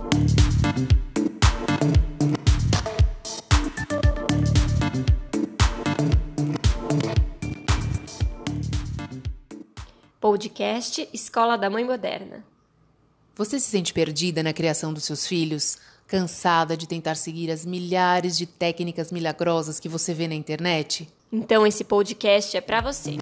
Podcast Escola da Mãe Moderna. Você se sente perdida na criação dos seus filhos? Cansada de tentar seguir as milhares de técnicas milagrosas que você vê na internet? Então esse podcast é para você.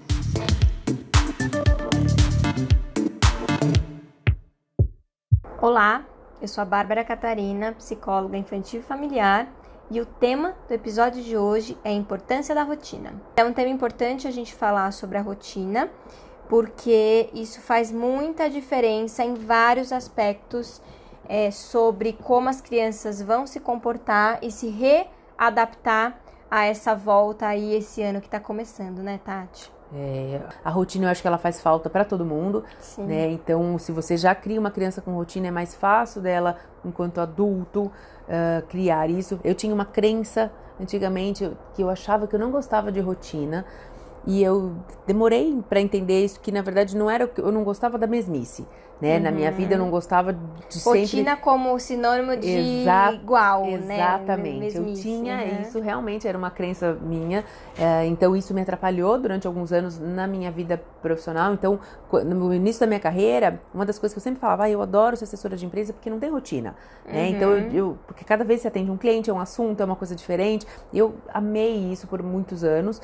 Olá, eu sou a Bárbara Catarina, psicóloga infantil e familiar, e o tema do episódio de hoje é a importância da rotina. É um tema importante a gente falar sobre a rotina, porque isso faz muita diferença em vários aspectos sobre como as crianças vão se comportar e se readaptar a essa volta aí esse ano que está começando, né, Tati? A rotina eu acho que ela faz falta para todo mundo, Sim. né? Então, se você já cria uma criança com rotina, é mais fácil dela, enquanto adulto, criar isso. Eu tinha uma crença antigamente que eu achava que eu não gostava de rotina. E eu demorei para entender isso, que na verdade não era, eu não gostava da mesmice, né? Na minha vida eu não gostava de sempre... Rotina como sinônimo de igual, né? Exatamente, Mesmice, eu tinha isso, realmente era uma crença minha, então isso me atrapalhou durante alguns anos na minha vida profissional. Então, no início da minha carreira, uma das coisas que eu sempre falava, eu adoro ser assessora de empresa porque não tem rotina, né? Então, porque cada vez você atende um cliente, é um assunto, é uma coisa diferente, eu amei isso por muitos anos,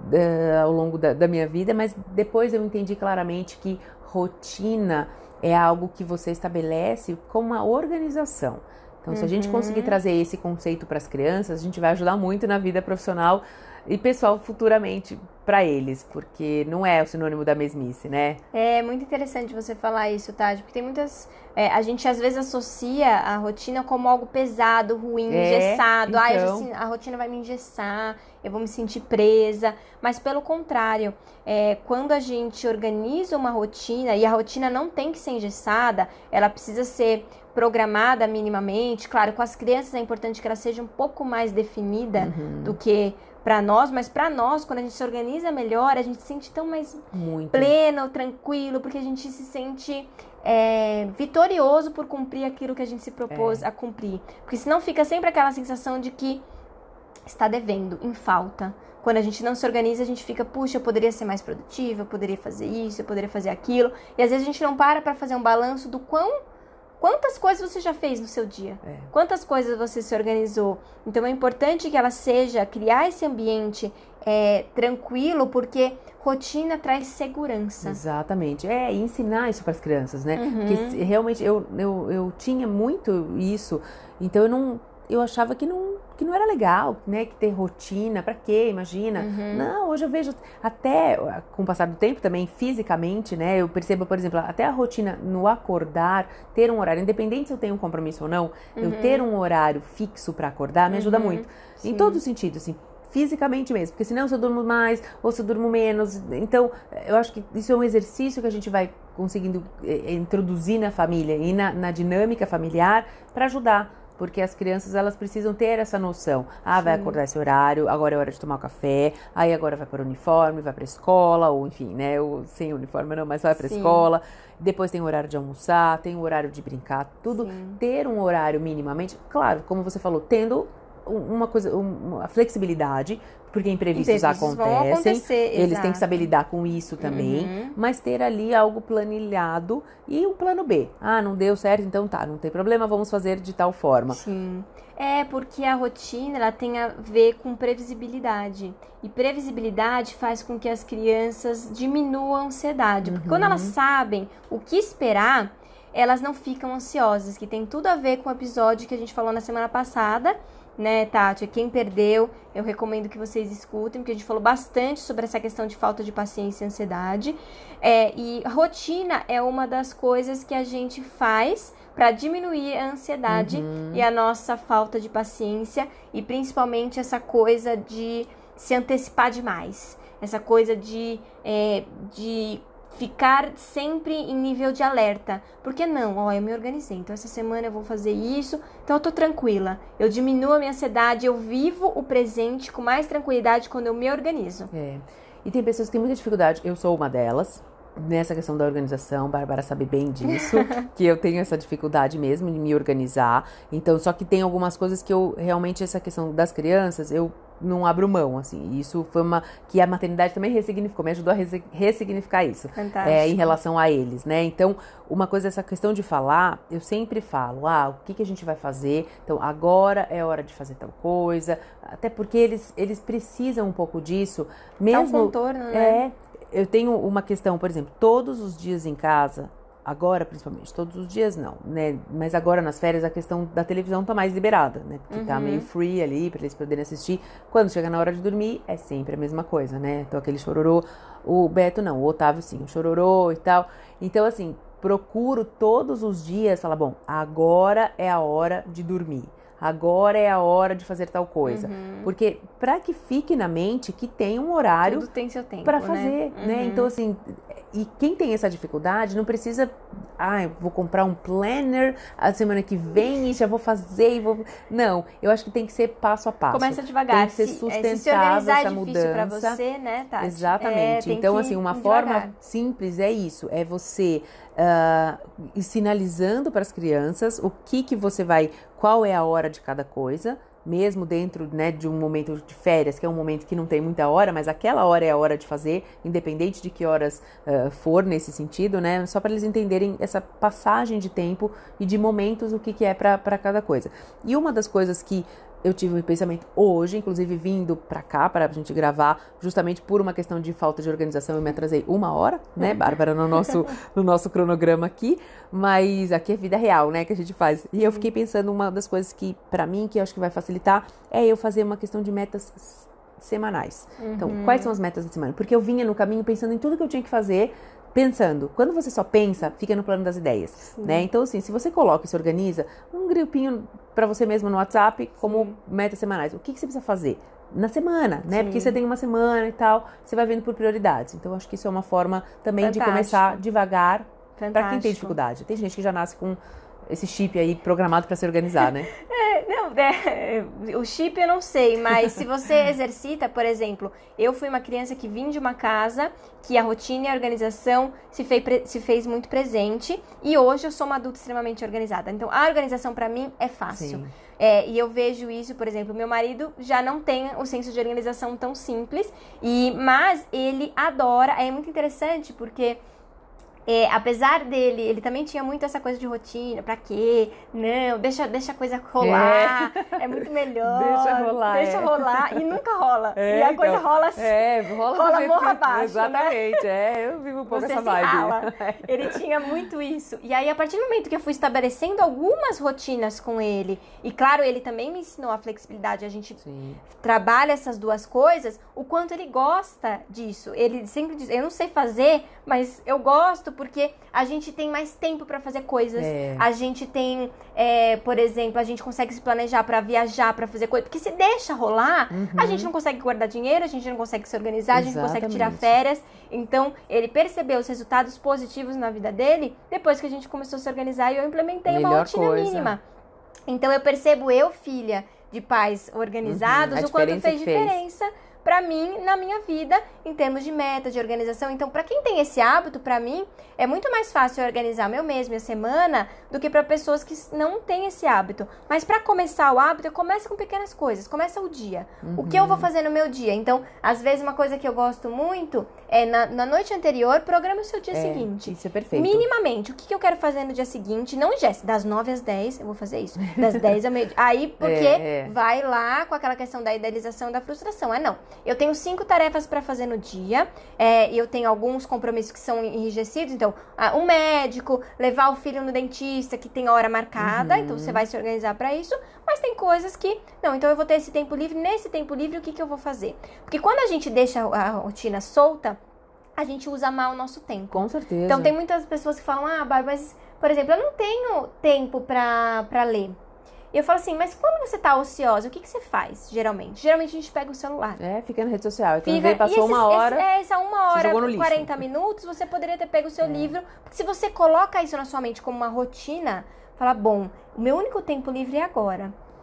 ao longo da minha vida, mas depois eu entendi claramente que rotina é algo que você estabelece como uma organização. Então, se a gente conseguir trazer esse conceito para as crianças, a gente vai ajudar muito na vida profissional e pessoal futuramente para eles, porque não é o sinônimo da mesmice, né? É muito interessante você falar isso, Tati, porque tem muitas... a gente às vezes associa a rotina como algo pesado, ruim, engessado. Então... A rotina vai me engessar, eu vou me sentir presa. Mas pelo contrário, quando a gente organiza uma rotina, e a rotina não tem que ser engessada, ela precisa ser programada minimamente. Claro, com as crianças é importante que ela seja um pouco mais definida do que para nós, mas para nós, quando a gente se organiza melhor, a gente se sente tão mais pleno, tranquilo, porque a gente se sente vitorioso por cumprir aquilo que a gente se propôs a cumprir. Porque senão fica sempre aquela sensação de que está devendo, em falta. Quando a gente não se organiza, a gente fica, puxa, eu poderia ser mais produtiva, eu poderia fazer isso, eu poderia fazer aquilo. E às vezes a gente não para fazer um balanço do quantas coisas você já fez no seu dia? Quantas coisas você se organizou? Então é importante que ela criar esse ambiente tranquilo, porque rotina traz segurança. Exatamente. E ensinar isso para as crianças, né? Porque realmente eu tinha muito isso, então eu achava que não era legal, né? Que ter rotina, pra quê? Imagina. Não, hoje eu vejo até, com o passar do tempo também, fisicamente, né? Eu percebo, por exemplo, até a rotina no acordar, ter um horário, independente se eu tenho um compromisso ou não, eu ter um horário fixo pra acordar me ajuda muito. Em todos os sentidos, assim, fisicamente mesmo, porque senão se eu durmo mais ou se eu durmo menos. Então, eu acho que isso é um exercício que a gente vai conseguindo introduzir na família e na dinâmica familiar para ajudar. Porque as crianças, elas precisam ter essa noção. Vai acordar esse horário, agora é hora de tomar o café, aí agora vai para o uniforme, vai para a escola, ou enfim, né, ou sem uniforme não, mas vai para a escola. Depois tem o horário de almoçar, tem o horário de brincar, tudo. Ter um horário minimamente, claro, como você falou, tendo uma flexibilidade, porque imprevistos acontecem, eles têm que saber lidar com isso também, mas ter ali algo planilhado e um plano B. Não deu certo, então não tem problema, vamos fazer de tal forma. Sim, porque a rotina ela tem a ver com previsibilidade, e previsibilidade faz com que as crianças diminuam a ansiedade, porque quando elas sabem o que esperar, elas não ficam ansiosas, que tem tudo a ver com o episódio que a gente falou na semana passada, né, Tati? Quem perdeu, eu recomendo que vocês escutem, porque a gente falou bastante sobre essa questão de falta de paciência e ansiedade. E rotina é uma das coisas que a gente faz para diminuir a ansiedade e a nossa falta de paciência, e principalmente essa coisa de se antecipar demais, essa coisa de ficar sempre em nível de alerta. Por que não? Eu me organizei, então essa semana eu vou fazer isso, então eu tô tranquila. Eu diminuo a minha ansiedade, eu vivo o presente com mais tranquilidade quando eu me organizo. E tem pessoas que têm muita dificuldade, eu sou uma delas, nessa questão da organização, Bárbara sabe bem disso, que eu tenho essa dificuldade mesmo de me organizar. Então, só que tem algumas coisas que eu realmente, essa questão das crianças, eu não abro mão, assim. Isso foi que a maternidade também ressignificou, me ajudou a ressignificar isso. Fantástico. Em relação a eles, né? Então, uma coisa, essa questão de falar, eu sempre falo, o que a gente vai fazer? Então, agora é hora de fazer tal coisa, até porque eles precisam um pouco disso, mesmo... É um contorno, né? Eu tenho uma questão, por exemplo, todos os dias em casa, agora principalmente, todos os dias não, né? Mas agora nas férias a questão da televisão tá mais liberada, né? Porque tá meio free ali pra eles poderem assistir. Quando chega na hora de dormir, é sempre a mesma coisa, né? Então aquele chororô, o Beto não, o Otávio sim, o chororô e tal. Então assim, procuro todos os dias falar, bom, agora é a hora de dormir. Agora é a hora de fazer tal coisa. Porque para que fique na mente que tem um horário... Tudo tem seu tempo, para fazer, né? Então, assim, e quem tem essa dificuldade não precisa... eu vou comprar um planner a semana que vem e já vou fazer e vou... Não, eu acho que tem que ser passo a passo. Começa devagar. Tem que ser sustentável essa mudança. Pra você, né, Tati? Exatamente. Então, assim, uma forma simples é isso. É você ir sinalizando para as crianças o que você vai... Qual é a hora de cada coisa, mesmo dentro, né, de um momento de férias, que é um momento que não tem muita hora, mas aquela hora é a hora de fazer, independente de que horas for nesse sentido, né, só para eles entenderem essa passagem de tempo e de momentos, o que é para cada coisa. E uma das coisas que eu tive um pensamento hoje, inclusive vindo pra cá, para a gente gravar, justamente por uma questão de falta de organização, eu me atrasei 1 hora, né, Bárbara, no nosso cronograma aqui, mas aqui é vida real, né, que a gente faz. E eu fiquei pensando, uma das coisas que, pra mim, que eu acho que vai facilitar, é eu fazer uma questão de metas semanais. Então, quais são as metas da semana? Porque eu vinha no caminho pensando em tudo que eu tinha que fazer, pensando. Quando você só pensa, fica no plano das ideias, né? Então, assim, se você coloca e se organiza, um grupinho para você mesmo no WhatsApp, como metas semanais. O que você precisa fazer na semana, né? Porque você tem uma semana e tal, você vai vendo por prioridades. Então, acho que isso é uma forma também de começar devagar para quem tem dificuldade. Tem gente que já nasce com esse chip aí programado para se organizar, né? O chip eu não sei, mas se você exercita, por exemplo, eu fui uma criança que vim de uma casa que a rotina e a organização se fez muito presente, e hoje eu sou uma adulta extremamente organizada. Então, a organização para mim é fácil. E eu vejo isso, por exemplo, meu marido já não tem o senso de organização tão simples, mas ele adora, é muito interessante porque... apesar dele, ele também tinha muito essa coisa de rotina, pra quê? Não, deixa a coisa rolar, é muito melhor. Deixa rolar, e nunca rola. E a coisa rola assim. Rola morra abaixo, exatamente, né? Eu vivo um pouco essa vibe. Ele tinha muito isso. E aí, a partir do momento que eu fui estabelecendo algumas rotinas com ele, e claro, ele também me ensinou a flexibilidade, a gente trabalha essas duas coisas, o quanto ele gosta disso. Ele sempre diz, eu não sei fazer, mas eu gosto, porque a gente tem mais tempo para fazer coisas. A gente tem, por exemplo, a gente consegue se planejar para viajar, para fazer coisas. Porque se deixa rolar, a gente não consegue guardar dinheiro, a gente não consegue se organizar, a gente não consegue tirar férias. Então, ele percebeu os resultados positivos na vida dele depois que a gente começou a se organizar, e eu implementei uma rotina mínima. Então, eu percebo, filha de pais organizados, o quanto fez diferença pra mim, na minha vida, em termos de meta, de organização. Então, pra quem tem esse hábito, pra mim, é muito mais fácil organizar meu mês, minha semana, do que pra pessoas que não têm esse hábito. Mas pra começar o hábito, começa com pequenas coisas, começa o dia. O que eu vou fazer no meu dia? Então, às vezes, uma coisa que eu gosto muito é, na noite anterior, programa o seu dia seguinte. Isso é perfeito. Minimamente, o que eu quero fazer no dia seguinte? Não, Jéssica, das 9 às 10, eu vou fazer isso. Das 10 ao meio-dia. Aí, porque vai lá com aquela questão da idealização e da frustração. Não. Eu tenho 5 tarefas para fazer no dia, e eu tenho alguns compromissos que são enrijecidos, então, um médico, levar o filho no dentista, que tem hora marcada, então você vai se organizar para isso, mas tem coisas que, não, então eu vou ter esse tempo livre, nesse tempo livre o que eu vou fazer? Porque quando a gente deixa a rotina solta, a gente usa mal o nosso tempo. Com certeza. Então, tem muitas pessoas que falam, Bárbara, mas, por exemplo, eu não tenho tempo para ler. E eu falo assim, mas quando você tá ociosa, o que você faz, geralmente? Geralmente a gente pega o celular. Fica na rede social. Então, passou uma hora, essa 1 hora, 40 minutos, você poderia ter pego o seu livro. Porque se você coloca isso na sua mente como uma rotina, fala, bom, o meu único tempo livre é agora.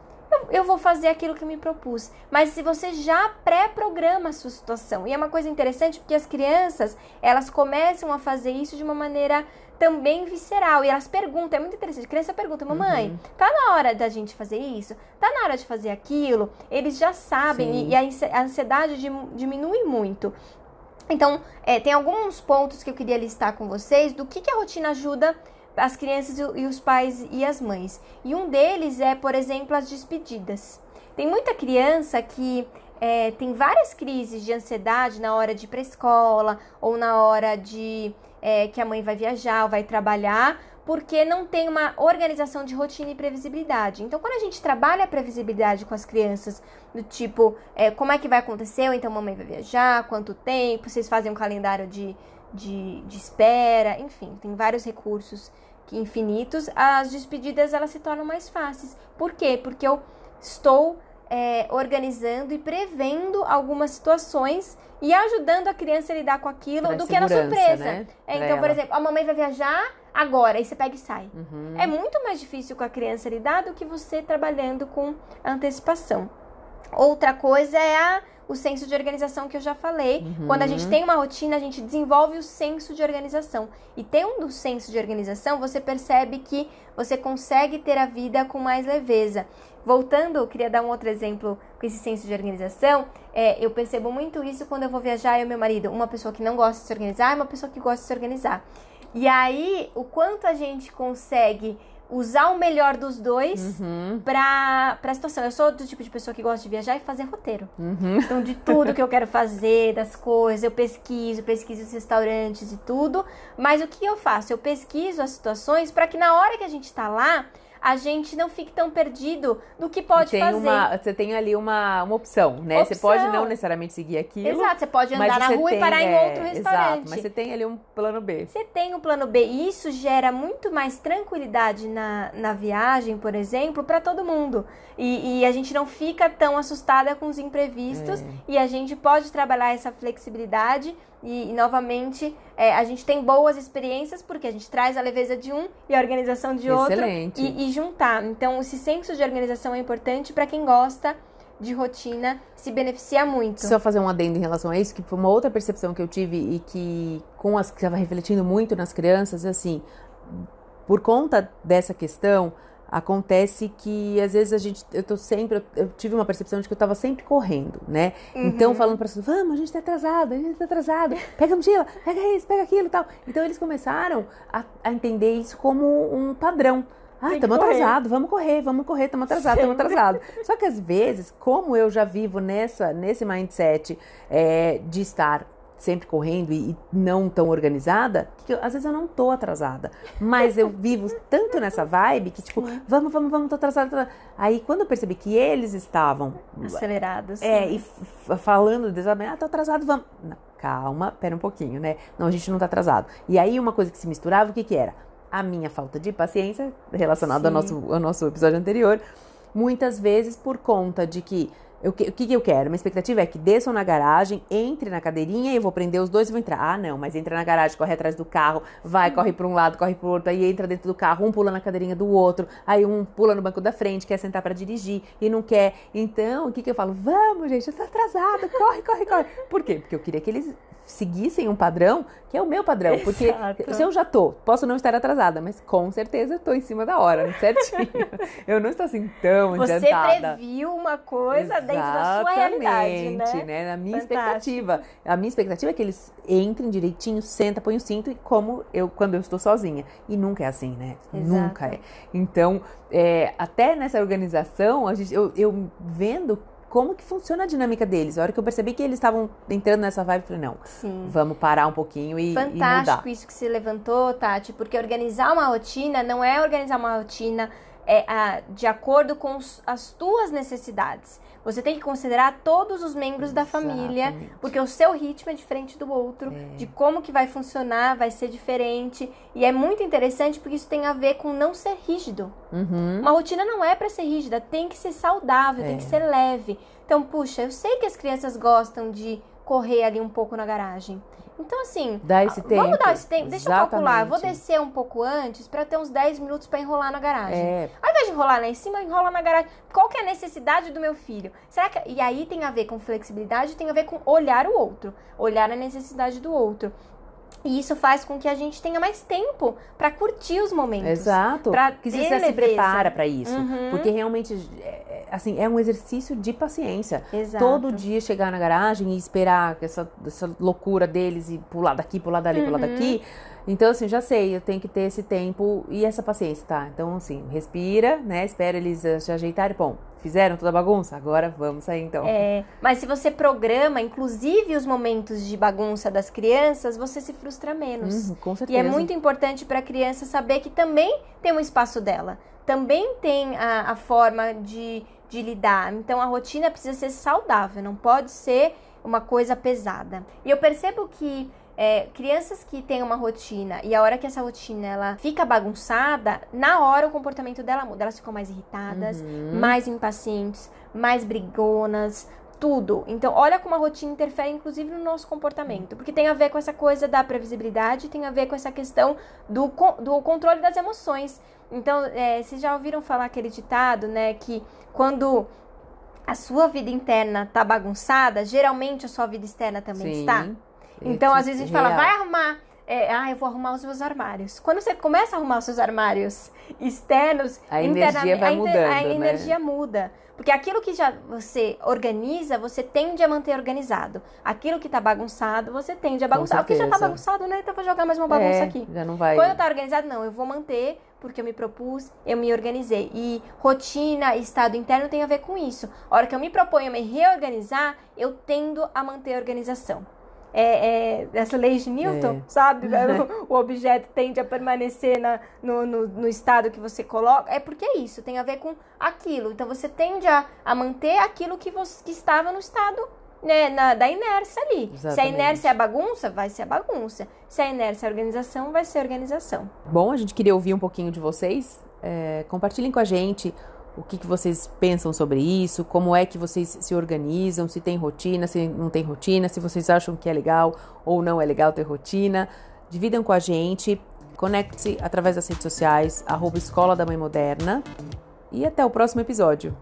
eu vou fazer aquilo que eu me propus. Mas se você já pré-programa a sua situação. E é uma coisa interessante porque as crianças, elas começam a fazer isso de uma maneira também visceral. E elas perguntam, é muito interessante, a criança pergunta, mamãe, tá na hora da gente fazer isso? Tá na hora de fazer aquilo? Eles já sabem e a ansiedade diminui muito. Então, tem alguns pontos que eu queria listar com vocês do que a rotina ajuda as crianças e os pais e as mães. E um deles é, por exemplo, as despedidas. Tem muita criança que tem várias crises de ansiedade na hora de ir para a escola ou na hora de que a mãe vai viajar ou vai trabalhar, porque não tem uma organização de rotina e previsibilidade. Então, quando a gente trabalha a previsibilidade com as crianças, do tipo, como é que vai acontecer, ou então mamãe vai viajar, quanto tempo, vocês fazem um calendário de espera, enfim, tem vários recursos infinitos, as despedidas elas se tornam mais fáceis. Por quê? Porque eu estou organizando e prevendo algumas situações e ajudando a criança a lidar com aquilo do que na surpresa. Né? Então, por exemplo, a mamãe vai viajar agora, aí você pega e sai. É muito mais difícil com a criança lidar do que você trabalhando com antecipação. Outra coisa é o senso de organização que eu já falei. Quando a gente tem uma rotina, a gente desenvolve o senso de organização. E tendo o senso de organização, você percebe que você consegue ter a vida com mais leveza. Voltando, eu queria dar um outro exemplo com esse senso de organização. Eu percebo muito isso quando eu vou viajar, eu e meu marido. Uma pessoa que não gosta de se organizar e uma pessoa que gosta de se organizar. E aí, o quanto a gente consegue usar o melhor dos dois pra situação. Eu sou do tipo de pessoa que gosta de viajar e fazer roteiro. Então, de tudo que eu quero fazer, das coisas, eu pesquiso os restaurantes e tudo. Mas o que eu faço? Eu pesquiso as situações para que na hora que a gente tá lá, a gente não fique tão perdido do que pode fazer. Você tem ali uma opção, né? Você pode não necessariamente seguir aquilo. Exato, você pode andar na rua e parar em outro restaurante. Exato, mas você tem ali um plano B. Você tem um plano B e isso gera muito mais tranquilidade na viagem, por exemplo, para todo mundo. E a gente não fica tão assustada com os imprevistos e a gente pode trabalhar essa flexibilidade e novamente, a gente tem boas experiências porque a gente traz a leveza de um e a organização de outro. Excelente. E juntar. Então, esse senso de organização é importante para quem gosta de rotina, se beneficia muito. Só fazer um adendo em relação a isso, que foi uma outra percepção que eu tive e que estava refletindo muito nas crianças, assim, por conta dessa questão, acontece que às vezes eu tive uma percepção de que eu estava sempre correndo, né? Então falando para as pessoas, vamos, a gente tá atrasado, pega a mochila, pega isso, pega aquilo e tal. Então eles começaram a entender isso como um padrão. Estamos atrasados, vamos correr, estamos atrasados. Só que às vezes, como eu já vivo nesse mindset de estar sempre correndo e não tão organizada, que às vezes eu não tô atrasada. Mas eu vivo tanto nessa vibe que tipo, vamos, tô atrasada. Aí quando eu percebi que eles estavam acelerados. E falando, tô atrasado, vamos. Não, calma, pera um pouquinho, né? Não, a gente não tá atrasado. E aí uma coisa que se misturava, o que era? A minha falta de paciência, relacionada ao nosso episódio anterior, muitas vezes por conta de que o que eu quero? Minha expectativa é que desçam na garagem, entre na cadeirinha e eu vou prender os dois e vou entrar. Não, mas entra na garagem, corre atrás do carro, corre para um lado, corre para o outro, aí entra dentro do carro, um pula na cadeirinha do outro, aí um pula no banco da frente, quer sentar para dirigir e não quer. Então, o que eu falo? Vamos, gente, eu tô atrasada, corre. Por quê? Porque eu queria que eles seguissem um padrão que é o meu padrão. Exato. Porque se eu já posso não estar atrasada, mas com certeza eu tô em cima da hora, certinho. Eu não estou assim tão adiantada. Você previu uma coisa dentro da sua realidade, né? Na minha expectativa. A minha expectativa é que eles entrem direitinho, senta, põe o cinto, e quando eu estou sozinha. E nunca é assim, né? Exato. Nunca é. Então, até nessa organização, eu vendo como que funciona a dinâmica deles. A hora que eu percebi que eles estavam entrando nessa vibe, eu falei, não, vamos parar um pouquinho e mudar. Fantástico isso que você levantou, Tati, porque organizar uma rotina não é organizar uma rotina de acordo com as tuas necessidades. Você tem que considerar todos os membros da família, porque o seu ritmo é diferente do outro, de como que vai funcionar, vai ser diferente. E é muito interessante porque isso tem a ver com não ser rígido. Uma rotina não é para ser rígida, tem que ser saudável, tem que ser leve. Então, puxa, eu sei que as crianças gostam de correr ali um pouco na garagem. Então, assim, dá esse tempo. Vamos dar esse tempo. Deixa eu calcular. Eu vou Exatamente. descer um pouco antes pra ter uns 10 minutos pra enrolar na garagem. É. Ao invés de enrolar lá em cima, enrola na garagem. Qual que é a necessidade do meu filho? Será que... E aí tem a ver com flexibilidade, tem a ver com olhar o outro. Olhar a necessidade do outro. E isso faz com que a gente tenha mais tempo para curtir os momentos. Exato. Porque você se prepara para isso. Porque realmente, assim, é um exercício de paciência. Exato. Todo dia chegar na garagem e esperar essa loucura deles e pular daqui, pular dali, pular daqui. Então, assim, já sei, eu tenho que ter esse tempo e essa paciência, tá? Então, assim, respira, né? Espera eles se ajeitarem. Bom, fizeram toda a bagunça? Agora vamos sair, então. Mas se você programa, inclusive, os momentos de bagunça das crianças, você se frustra menos. Com certeza. E é muito importante para a criança saber que também tem um espaço dela. Também tem a forma de lidar. Então, a rotina precisa ser saudável, não pode ser uma coisa pesada. E eu percebo que crianças que têm uma rotina e a hora que essa rotina ela fica bagunçada, na hora o comportamento dela muda. Elas ficam mais irritadas, mais impacientes, mais brigonas, tudo. Então, olha como a rotina interfere, inclusive, no nosso comportamento. Porque tem a ver com essa coisa da previsibilidade, tem a ver com essa questão do controle das emoções. Então, vocês já ouviram falar aquele ditado, né, que quando a sua vida interna tá bagunçada, geralmente a sua vida externa também está. Então, às vezes a gente fala, vai arrumar. Eu vou arrumar os meus armários. Quando você começa a arrumar os seus armários externos, a energia vai mudando, a energia muda. Porque aquilo que já você organiza, você tende a manter organizado. Aquilo que tá bagunçado, você tende a bagunçar. O que já tá bagunçado, né? Então eu vou jogar mais uma bagunça aqui. Já não vai. Quando tá organizado, não, eu vou manter, porque eu me propus, eu me organizei. E rotina, estado interno tem a ver com isso. A hora que eu me proponho a me reorganizar, eu tendo a manter a organização. Essa lei de Newton, sabe? O objeto tende a permanecer no estado que você coloca. É porque é isso, tem a ver com aquilo. Então, você tende a manter aquilo que estava no estado, né, da inércia ali. Exatamente. Se a inércia é a bagunça, vai ser a bagunça. Se a inércia é a organização, vai ser a organização. Bom, a gente queria ouvir um pouquinho de vocês. Compartilhem com a gente o que vocês pensam sobre isso, como é que vocês se organizam, se tem rotina, se não tem rotina, se vocês acham que é legal ou não é legal ter rotina. Dividam com a gente, conecte-se através das redes sociais, @Escola da Mãe Moderna. E até o próximo episódio.